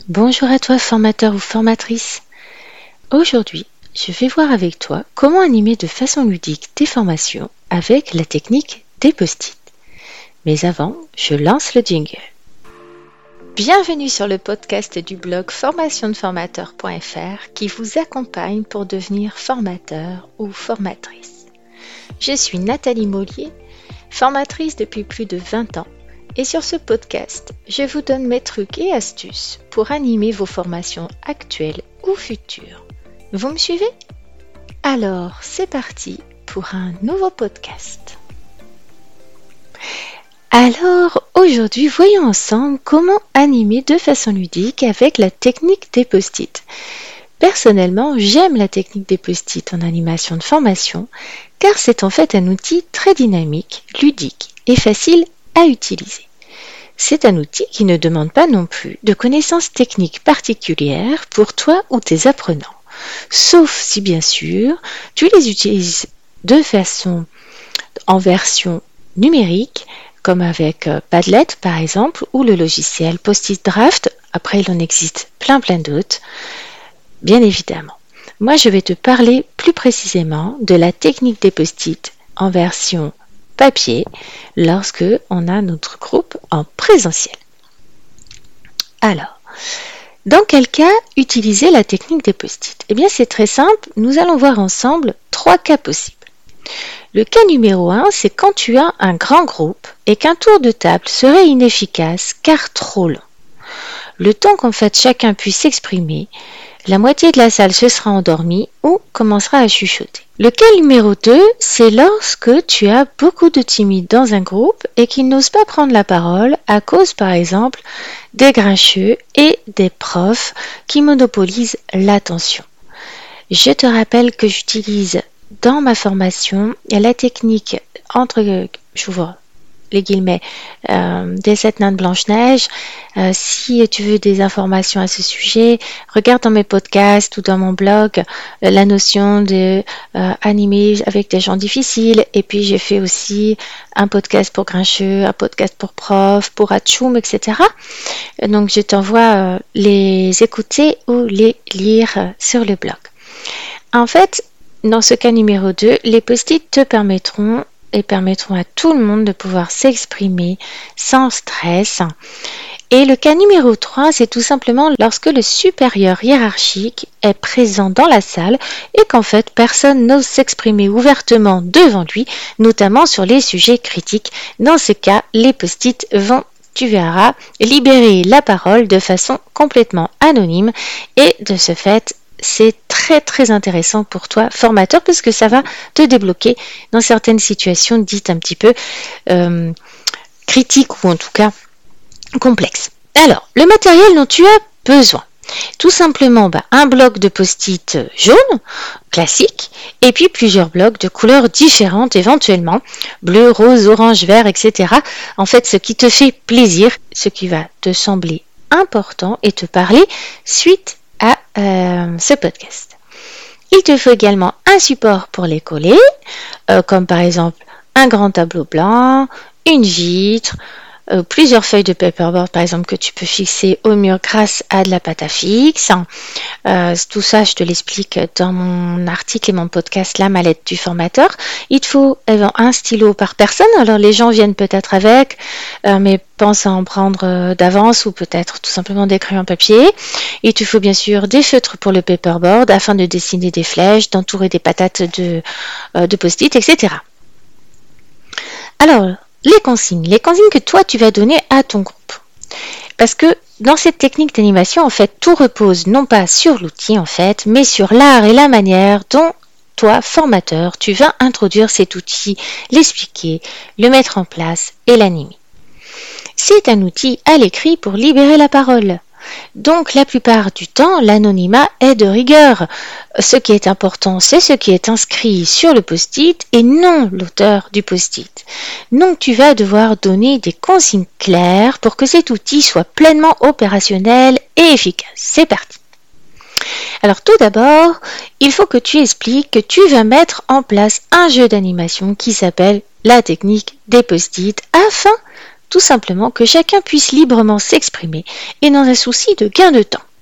Bonjour à toi formateur ou formatrice. Aujourd'hui, je vais voir avec toi comment animer de façon ludique tes formations avec la technique des post-it. Mais avant, je lance le jingle. Bienvenue sur le podcast du blog formationdeformateur.fr qui vous accompagne pour devenir formateur ou formatrice. Je suis Nathalie Mollier, formatrice depuis plus de 20 ans. Et sur ce podcast, je vous donne mes trucs et astuces pour animer vos formations actuelles ou futures. Vous me suivez ? Alors, c'est parti pour un nouveau podcast. Alors, aujourd'hui, voyons ensemble comment animer de façon ludique avec la technique des post-it. Personnellement, j'aime la technique des post-it en animation de formation car c'est en fait un outil très dynamique, ludique et facile à utiliser. C'est un outil qui ne demande pas non plus de connaissances techniques particulières pour toi ou tes apprenants, sauf si bien sûr tu les utilises de façon en version numérique, comme avec Padlet par exemple, ou le logiciel Post-it Draft. Après, il en existe plein d'autres, bien évidemment. Moi, je vais te parler plus précisément de la technique des post-it en version papier lorsque on a notre groupe en présentiel. Alors, dans quel cas utiliser la technique des post-it ? Eh bien, c'est très simple. Nous allons voir ensemble 3 cas possibles. Le cas numéro 1, c'est quand tu as un grand groupe et qu'un tour de table serait inefficace car trop long. Le temps qu'en fait chacun puisse s'exprimer, la moitié de la salle se sera endormie ou commencera à chuchoter. Le cas numéro 2, c'est lorsque tu as beaucoup de timides dans un groupe et qu'ils n'osent pas prendre la parole à cause, par exemple, des grincheux et des profs qui monopolisent l'attention. Je te rappelle que j'utilise dans ma formation la technique j'ouvre les guillemets, des 7 nains de Blanche-Neige. Si tu veux des informations à ce sujet, regarde dans mes podcasts ou dans mon blog la notion de animer avec des gens difficiles. Et puis j'ai fait aussi un podcast pour grincheux, un podcast pour profs, pour atchoum, etc. Donc je t'envoie les écouter ou les lire sur le blog. En fait, dans ce cas numéro 2, les post-it te permettront à tout le monde de pouvoir s'exprimer sans stress. Et le cas numéro 3, c'est tout simplement lorsque le supérieur hiérarchique est présent dans la salle et qu'en fait personne n'ose s'exprimer ouvertement devant lui, notamment sur les sujets critiques. Dans ce cas, les post-it vont, tu verras, libérer la parole de façon complètement anonyme et de ce fait, c'est très intéressant pour toi, formateur, parce que ça va te débloquer dans certaines situations dites un petit peu critiques ou en tout cas complexes. Alors, le matériel dont tu as besoin. Tout simplement un bloc de post-it jaune, classique, et puis plusieurs blocs de couleurs différentes éventuellement, bleu, rose, orange, vert, etc. En fait, ce qui te fait plaisir, ce qui va te sembler important et te parler suite à ce podcast. Il te faut également un support pour les coller, comme par exemple un grand tableau blanc, une vitre, plusieurs feuilles de paperboard par exemple que tu peux fixer au mur grâce à de la pâte à fixe. Tout ça, je te l'explique dans mon article et mon podcast La mallette du formateur. Il te faut un stylo par personne. Alors les gens viennent peut-être avec, mais pense à en prendre d'avance ou peut-être tout simplement des crayons papier. Il te faut bien sûr des feutres pour le paperboard afin de dessiner des flèches, d'entourer des patates de post-it, etc. Alors, les consignes que toi tu vas donner à ton groupe. Parce que dans cette technique d'animation, en fait, tout repose non pas sur l'outil, en fait, mais sur l'art et la manière dont toi, formateur, tu vas introduire cet outil, l'expliquer, le mettre en place et l'animer. C'est un outil à l'écrit pour libérer la parole. Donc, la plupart du temps, l'anonymat est de rigueur. Ce qui est important, c'est ce qui est inscrit sur le post-it et non l'auteur du post-it. Donc, tu vas devoir donner des consignes claires pour que cet outil soit pleinement opérationnel et efficace. C'est parti. Alors, tout d'abord, il faut que tu expliques que tu vas mettre en place un jeu d'animation qui s'appelle la technique des post-it afin tout simplement que chacun puisse librement s'exprimer et dans un souci de gain de temps.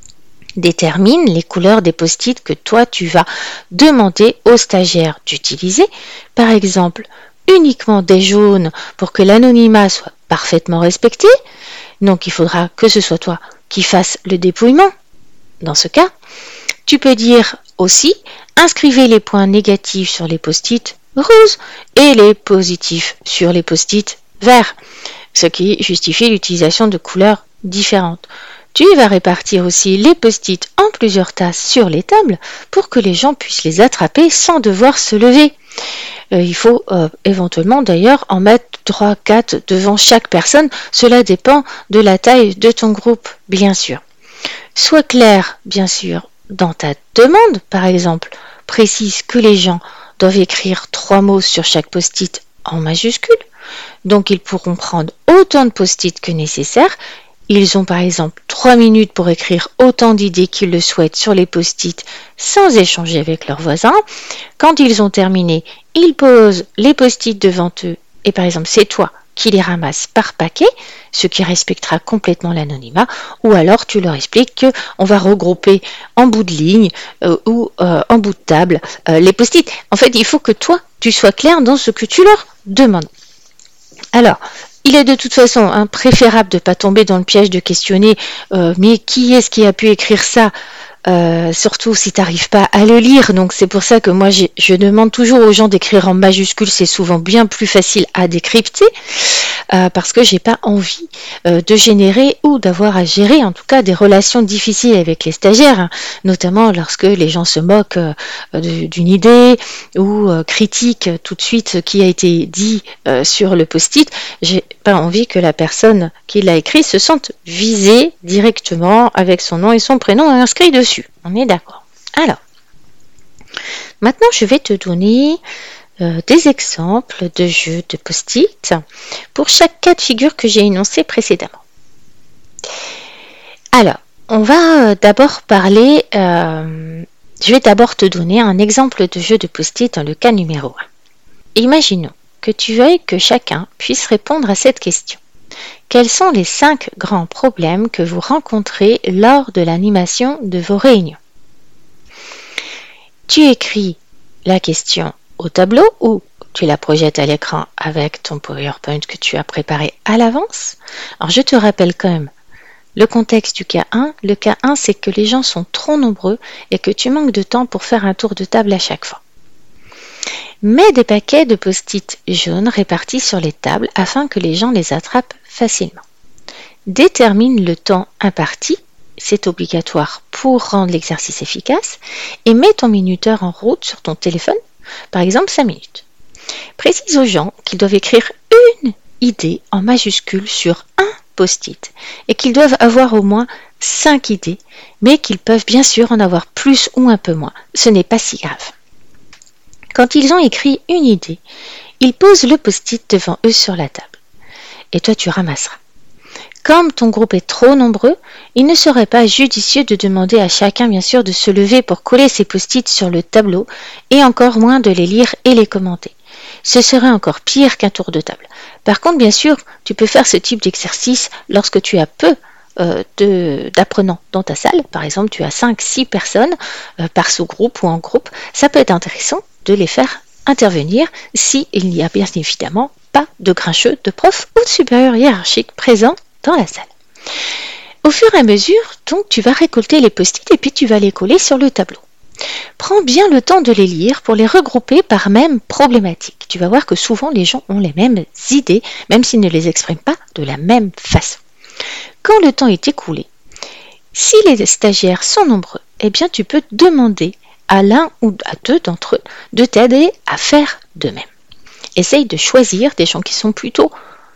Détermine les couleurs des post-it que toi tu vas demander aux stagiaires d'utiliser. Par exemple, uniquement des jaunes pour que l'anonymat soit parfaitement respecté. Donc il faudra que ce soit toi qui fasses le dépouillement. Dans ce cas, tu peux dire aussi, inscrivez les points négatifs sur les post-it roses et les positifs sur les post-it verts, ce qui justifie l'utilisation de couleurs différentes. Tu vas répartir aussi les post-it en plusieurs tasses sur les tables pour que les gens puissent les attraper sans devoir se lever. Il faut éventuellement d'ailleurs en mettre 3-4 devant chaque personne. Cela dépend de la taille de ton groupe, bien sûr. Sois clair, bien sûr, dans ta demande. Par exemple, précise que les gens doivent écrire 3 mots sur chaque post-it en majuscules. Donc, ils pourront prendre autant de post-it que nécessaire. Ils ont par exemple 3 minutes pour écrire autant d'idées qu'ils le souhaitent sur les post-it sans échanger avec leurs voisins. Quand ils ont terminé, ils posent les post-it devant eux et par exemple c'est toi qui les ramasses par paquet, ce qui respectera complètement l'anonymat, ou alors tu leur expliques qu'on va regrouper en bout de ligne ou en bout de table les post-it. En fait, il faut que toi, tu sois clair dans ce que tu leur demandes. Alors, il est de toute façon préférable de ne pas tomber dans le piège de questionner mais qui est-ce qui a pu écrire ça, surtout si tu n'arrives pas à le lire. Donc c'est pour ça que moi je demande toujours aux gens d'écrire en majuscules, c'est souvent bien plus facile à décrypter parce que j'ai pas envie de générer ou d'avoir à gérer en tout cas des relations difficiles avec les stagiaires, notamment lorsque les gens se moquent d'une idée ou critiquent tout de suite ce qui a été dit sur le post-it. J'ai pas envie que la personne qui l'a écrit se sente visée directement avec son nom et son prénom inscrit dessus. On est d'accord. Alors, maintenant je vais te donner des exemples de jeux de post-it pour chaque cas de figure que j'ai énoncé précédemment. Alors, on va d'abord parler, je vais d'abord te donner un exemple de jeu de post-it dans le cas numéro 1. Imaginons que tu veuilles que chacun puisse répondre à cette question. Quels sont les 5 grands problèmes que vous rencontrez lors de l'animation de vos réunions? Tu écris la question au tableau ou tu la projettes à l'écran avec ton PowerPoint que tu as préparé à l'avance. Alors je te rappelle quand même le contexte du cas 1. Le cas 1, c'est que les gens sont trop nombreux et que tu manques de temps pour faire un tour de table à chaque fois. Mets des paquets de post-it jaunes répartis sur les tables afin que les gens les attrapent facilement. Détermine le temps imparti, c'est obligatoire pour rendre l'exercice efficace, et mets ton minuteur en route sur ton téléphone, par exemple 5 minutes. Précise aux gens qu'ils doivent écrire une idée en majuscule sur un post-it et qu'ils doivent avoir au moins 5 idées, mais qu'ils peuvent bien sûr en avoir plus ou un peu moins. Ce n'est pas si grave. Quand ils ont écrit une idée, ils posent le post-it devant eux sur la table. Et toi, tu ramasseras. Comme ton groupe est trop nombreux, il ne serait pas judicieux de demander à chacun, bien sûr, de se lever pour coller ses post-it sur le tableau et encore moins de les lire et les commenter. Ce serait encore pire qu'un tour de table. Par contre, bien sûr, tu peux faire ce type d'exercice lorsque tu as peu d'apprenants dans ta salle. Par exemple, tu as 5-6 personnes par sous-groupe ou en groupe. Ça peut être intéressant de les faire intervenir s'il n'y a bien évidemment pas de grincheux, de prof ou de supérieur hiérarchique présent dans la salle. Au fur et à mesure, donc, tu vas récolter les post-it et puis tu vas les coller sur le tableau. Prends bien le temps de les lire pour les regrouper par même problématique. Tu vas voir que souvent les gens ont les mêmes idées, même s'ils ne les expriment pas de la même façon. Quand le temps est écoulé, si les stagiaires sont nombreux, eh bien tu peux demander à l'un ou à deux d'entre eux de t'aider à faire de même. Essaye de choisir des gens qui sont plutôt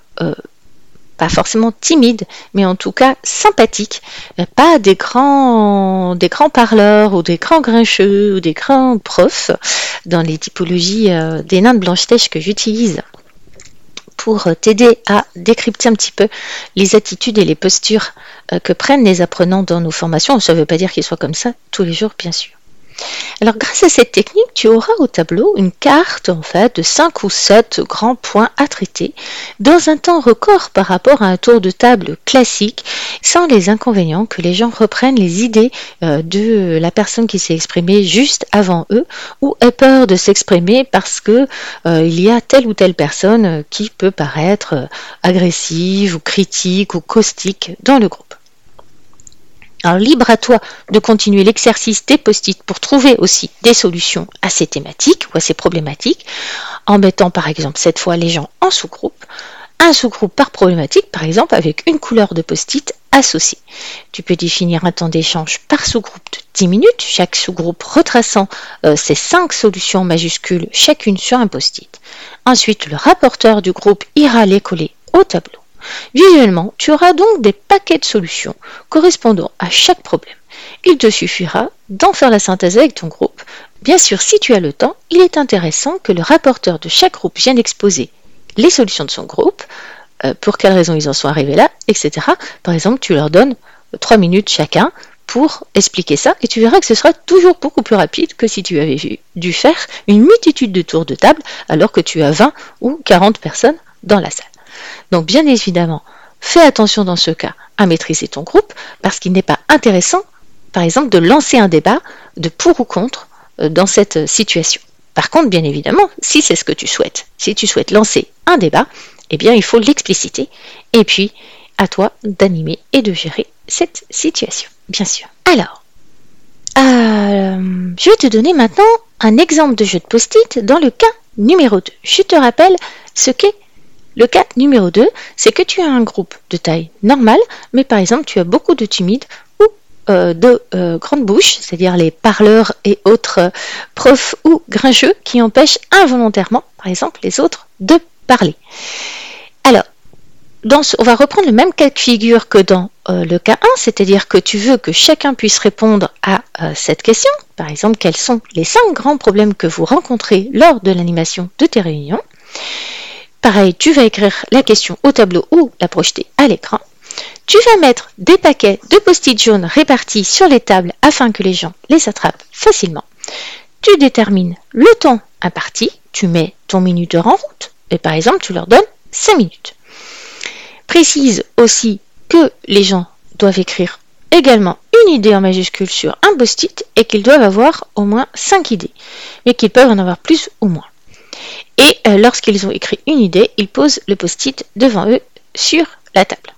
pas forcément timides, mais en tout cas sympathiques, pas des grands parleurs ou des grands grincheux ou des grands profs dans les typologies des nains de Blanche-Neige que j'utilise pour t'aider à décrypter un petit peu les attitudes et les postures que prennent les apprenants dans nos formations. Ça ne veut pas dire qu'ils soient comme ça tous les jours, bien sûr. Alors grâce à cette technique, tu auras au tableau une carte en fait de 5 ou 7 grands points à traiter dans un temps record par rapport à un tour de table classique, sans les inconvénients que les gens reprennent les idées de la personne qui s'est exprimée juste avant eux ou aient peur de s'exprimer parce que il y a telle ou telle personne qui peut paraître agressive ou critique ou caustique dans le groupe. Alors libre à toi de continuer l'exercice des post-it pour trouver aussi des solutions à ces thématiques ou à ces problématiques, en mettant par exemple cette fois les gens en sous-groupe, un sous-groupe par problématique par exemple avec une couleur de post-it associée. Tu peux définir un temps d'échange par sous-groupe de 10 minutes, chaque sous-groupe retraçant ces 5 solutions majuscules chacune sur un post-it. Ensuite, le rapporteur du groupe ira les coller au tableau. Visuellement, tu auras donc des paquets de solutions correspondant à chaque problème. Il te suffira d'en faire la synthèse avec ton groupe. Bien sûr, si tu as le temps, il est intéressant que le rapporteur de chaque groupe vienne exposer les solutions de son groupe, pour quelles raisons ils en sont arrivés là, etc. Par exemple, tu leur donnes 3 minutes chacun pour expliquer ça et tu verras que ce sera toujours beaucoup plus rapide que si tu avais dû faire une multitude de tours de table alors que tu as 20 ou 40 personnes dans la salle. Donc bien évidemment, fais attention dans ce cas à maîtriser ton groupe parce qu'il n'est pas intéressant, par exemple, de lancer un débat de pour ou contre dans cette situation. Par contre, bien évidemment, si c'est ce que tu souhaites, si tu souhaites lancer un débat, eh bien il faut l'expliciter et puis à toi d'animer et de gérer cette situation, bien sûr. Alors, je vais te donner maintenant un exemple de jeu de post-it dans le cas numéro 2. Je te rappelle ce qu'est le cas numéro 2, c'est que tu as un groupe de taille normale, mais par exemple tu as beaucoup de timides ou de grandes bouches, c'est-à-dire les parleurs et autres profs ou grincheux qui empêchent involontairement, par exemple, les autres de parler. Alors, on va reprendre le même cas de figure que dans le cas 1, c'est-à-dire que tu veux que chacun puisse répondre à cette question. Par exemple, quels sont les 5 grands problèmes que vous rencontrez lors de l'animation de tes réunions? Pareil, tu vas écrire la question au tableau ou la projeter à l'écran. Tu vas mettre des paquets de post-it jaunes répartis sur les tables afin que les gens les attrapent facilement. Tu détermines le temps imparti, tu mets ton minuteur en route et par exemple tu leur donnes 5 minutes. Précise aussi que les gens doivent écrire également une idée en majuscule sur un post-it et qu'ils doivent avoir au moins 5 idées, mais qu'ils peuvent en avoir plus ou moins. Et lorsqu'ils ont écrit une idée, ils posent le post-it devant eux sur la table.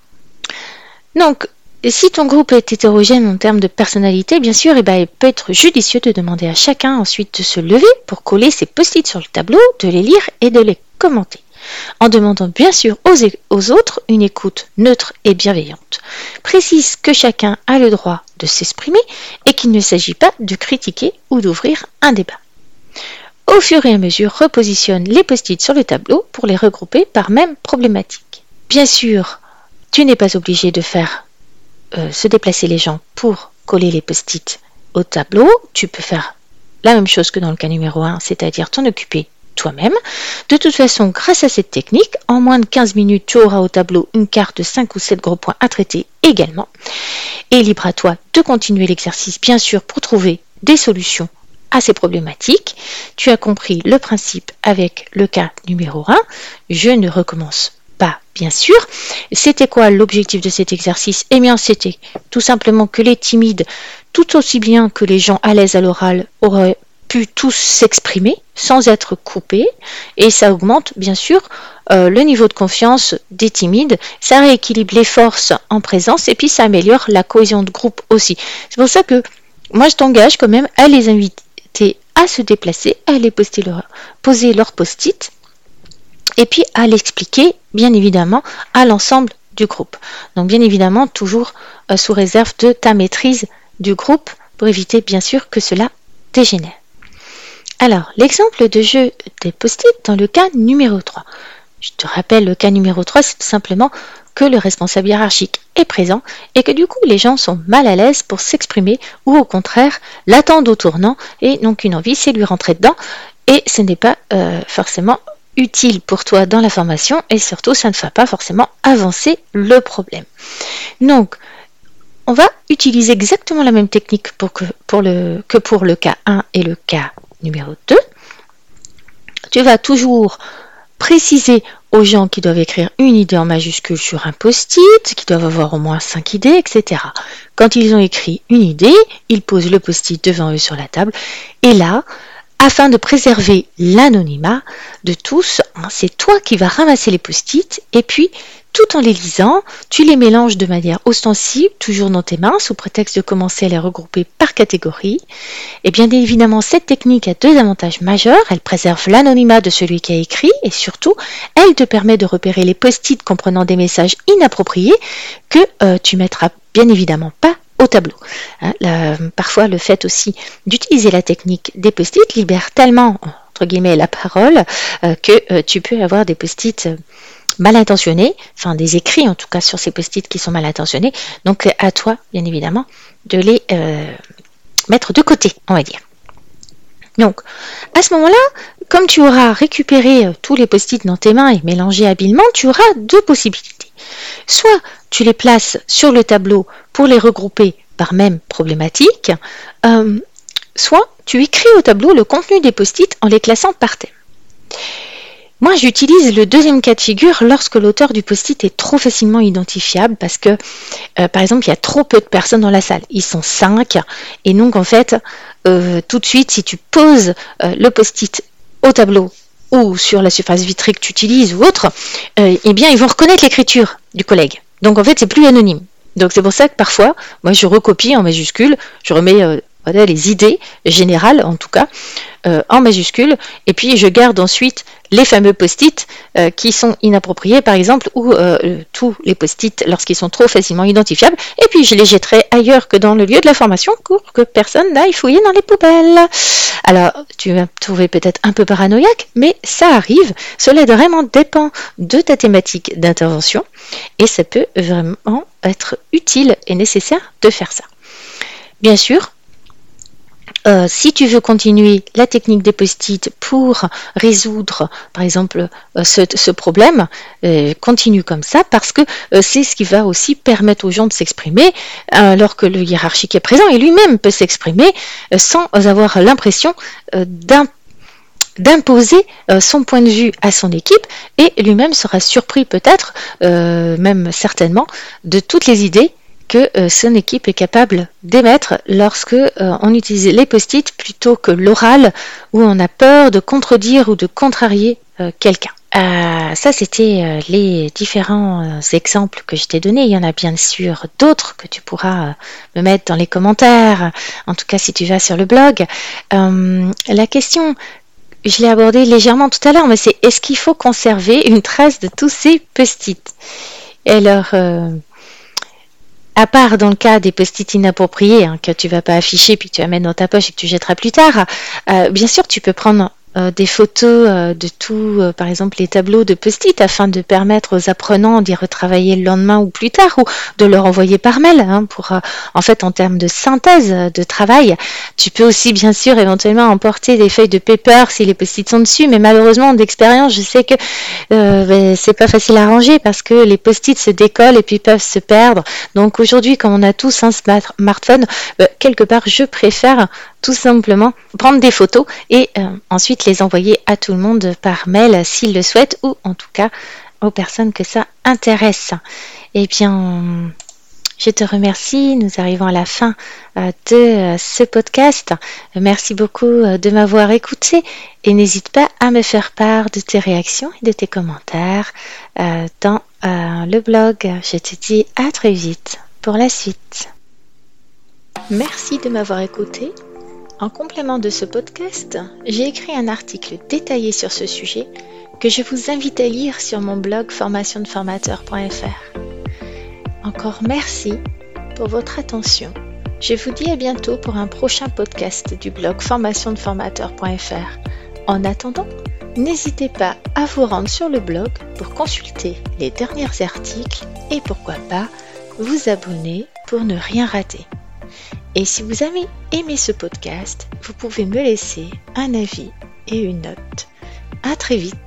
Donc, si ton groupe est hétérogène en termes de personnalité, bien sûr, il peut être judicieux de demander à chacun ensuite de se lever pour coller ses post-it sur le tableau, de les lire et de les commenter. En demandant bien sûr aux autres une écoute neutre et bienveillante. Précise que chacun a le droit de s'exprimer et qu'il ne s'agit pas de critiquer ou d'ouvrir un débat. Au fur et à mesure, repositionne les post-it sur le tableau pour les regrouper par même problématique. Bien sûr, tu n'es pas obligé de faire se déplacer les gens pour coller les post-it au tableau. Tu peux faire la même chose que dans le cas numéro 1, c'est-à-dire t'en occuper toi-même. De toute façon, grâce à cette technique, en moins de 15 minutes, tu auras au tableau une carte de 5 ou 7 gros points à traiter également. Et libre à toi de continuer l'exercice, bien sûr, pour trouver des solutions à ces problématiques. Tu as compris le principe avec le cas numéro 1. Je ne recommence pas, bien sûr. C'était quoi l'objectif de cet exercice? Eh bien, c'était tout simplement que les timides, tout aussi bien que les gens à l'aise à l'oral, auraient pu tous s'exprimer sans être coupés, et ça augmente bien sûr le niveau de confiance des timides, ça rééquilibre les forces en présence et puis ça améliore la cohésion de groupe aussi. C'est pour ça que moi je t'engage quand même à les inviter à se déplacer, à aller poser leur post-it et puis à l'expliquer bien évidemment à l'ensemble du groupe. Donc bien évidemment toujours sous réserve de ta maîtrise du groupe pour éviter bien sûr que cela dégénère. Alors, l'exemple de jeu des post-it dans le cas numéro 3. Je te rappelle, le cas numéro 3, c'est tout simplement que le responsable hiérarchique est présent et que du coup, les gens sont mal à l'aise pour s'exprimer ou au contraire, l'attendent au tournant et n'ont qu'une envie, c'est lui rentrer dedans et ce n'est pas forcément utile pour toi dans la formation et surtout, ça ne va pas forcément avancer le problème. Donc, on va utiliser exactement la même technique que pour le cas 1 et le cas numéro 2. Tu vas toujours préciser aux gens qui doivent écrire une idée en majuscule sur un post-it, qui doivent avoir au moins 5 idées, etc. Quand ils ont écrit une idée, ils posent le post-it devant eux sur la table. Et là, afin de préserver l'anonymat de tous, c'est toi qui vas ramasser les post-it et puis, tout en les lisant, tu les mélanges de manière ostensible, toujours dans tes mains, sous prétexte de commencer à les regrouper par catégorie. Et bien évidemment, cette technique a 2 avantages majeurs. Elle préserve l'anonymat de celui qui a écrit et surtout, elle te permet de repérer les post-it comprenant des messages inappropriés que tu mettras bien évidemment pas au tableau. Parfois, le fait aussi d'utiliser la technique des post-it libère tellement, entre guillemets, la parole que tu peux avoir des post-it mal intentionnés, enfin des écrits en tout cas sur ces post-it qui sont mal intentionnés. Donc à toi, bien évidemment, de les mettre de côté, on va dire. Donc, à ce moment-là, comme tu auras récupéré tous les post-it dans tes mains et mélangé habilement, tu auras 2 possibilités. Soit tu les places sur le tableau pour les regrouper par même problématique, soit tu écris au tableau le contenu des post-it en les classant par thème. Moi, j'utilise le deuxième cas de figure lorsque l'auteur du post-it est trop facilement identifiable parce que, par exemple, il y a trop peu de personnes dans la salle. Ils sont 5 et donc, en fait, tout de suite, si tu poses le post-it au tableau ou sur la surface vitrée que tu utilises ou autre, eh bien, ils vont reconnaître l'écriture du collègue. Donc, en fait, c'est plus anonyme. Donc, c'est pour ça que parfois, moi, je recopie en majuscule, je remets les idées générales, en tout cas, en majuscule, et puis je garde ensuite les fameux post-it qui sont inappropriés, par exemple, ou tous les post-it lorsqu'ils sont trop facilement identifiables, et puis je les jetterai ailleurs que dans le lieu de la formation pour que personne n'aille fouiller dans les poubelles. Alors, tu vas me trouver peut-être un peu paranoïaque, mais ça arrive. Cela vraiment dépend de ta thématique d'intervention, et ça peut vraiment être utile et nécessaire de faire ça. Bien sûr, si tu veux continuer la technique des post-it pour résoudre, par exemple, ce problème, continue comme ça parce que c'est ce qui va aussi permettre aux gens de s'exprimer alors que le hiérarchique est présent et lui-même peut s'exprimer sans avoir l'impression d'imposer son point de vue à son équipe et lui-même sera surpris peut-être, même certainement, de toutes les idées que son équipe est capable d'émettre lorsque on utilise les post-it plutôt que l'oral où on a peur de contredire ou de contrarier quelqu'un. Ça, c'était les différents exemples que je t'ai donnés. Il y en a bien sûr d'autres que tu pourras me mettre dans les commentaires, en tout cas si tu vas sur le blog. La question, je l'ai abordée légèrement tout à l'heure, mais c'est est-ce qu'il faut conserver une trace de tous ces post-it ? Alors, à part dans le cas des post-it inappropriés que tu ne vas pas afficher puis que tu vas mettre dans ta poche et que tu jetteras plus tard, bien sûr tu peux prendre des photos de tous, par exemple, les tableaux de post-it afin de permettre aux apprenants d'y retravailler le lendemain ou plus tard ou de leur envoyer par mail pour, en fait, en termes de synthèse de travail. Tu peux aussi, bien sûr, éventuellement emporter des feuilles de paper si les post-it sont dessus, mais malheureusement, d'expérience, je sais que c'est pas facile à ranger parce que les post-it se décollent et puis peuvent se perdre. Donc aujourd'hui, comme on a tous un smartphone, quelque part, je préfère tout simplement prendre des photos et ensuite les envoyer à tout le monde par mail s'ils le souhaitent ou en tout cas aux personnes que ça intéresse. Eh bien, je te remercie. Nous arrivons à la fin de ce podcast. Merci beaucoup de m'avoir écouté et n'hésite pas à me faire part de tes réactions et de tes commentaires dans le blog. Je te dis à très vite pour la suite. Merci de m'avoir écouté. En complément de ce podcast, j'ai écrit un article détaillé sur ce sujet que je vous invite à lire sur mon blog formationdeformateur.fr. Encore merci pour votre attention. Je vous dis à bientôt pour un prochain podcast du blog formationdeformateur.fr. En attendant, n'hésitez pas à vous rendre sur le blog pour consulter les derniers articles et pourquoi pas vous abonner pour ne rien rater. Et si vous avez aimé ce podcast, vous pouvez me laisser un avis et une note. À très vite.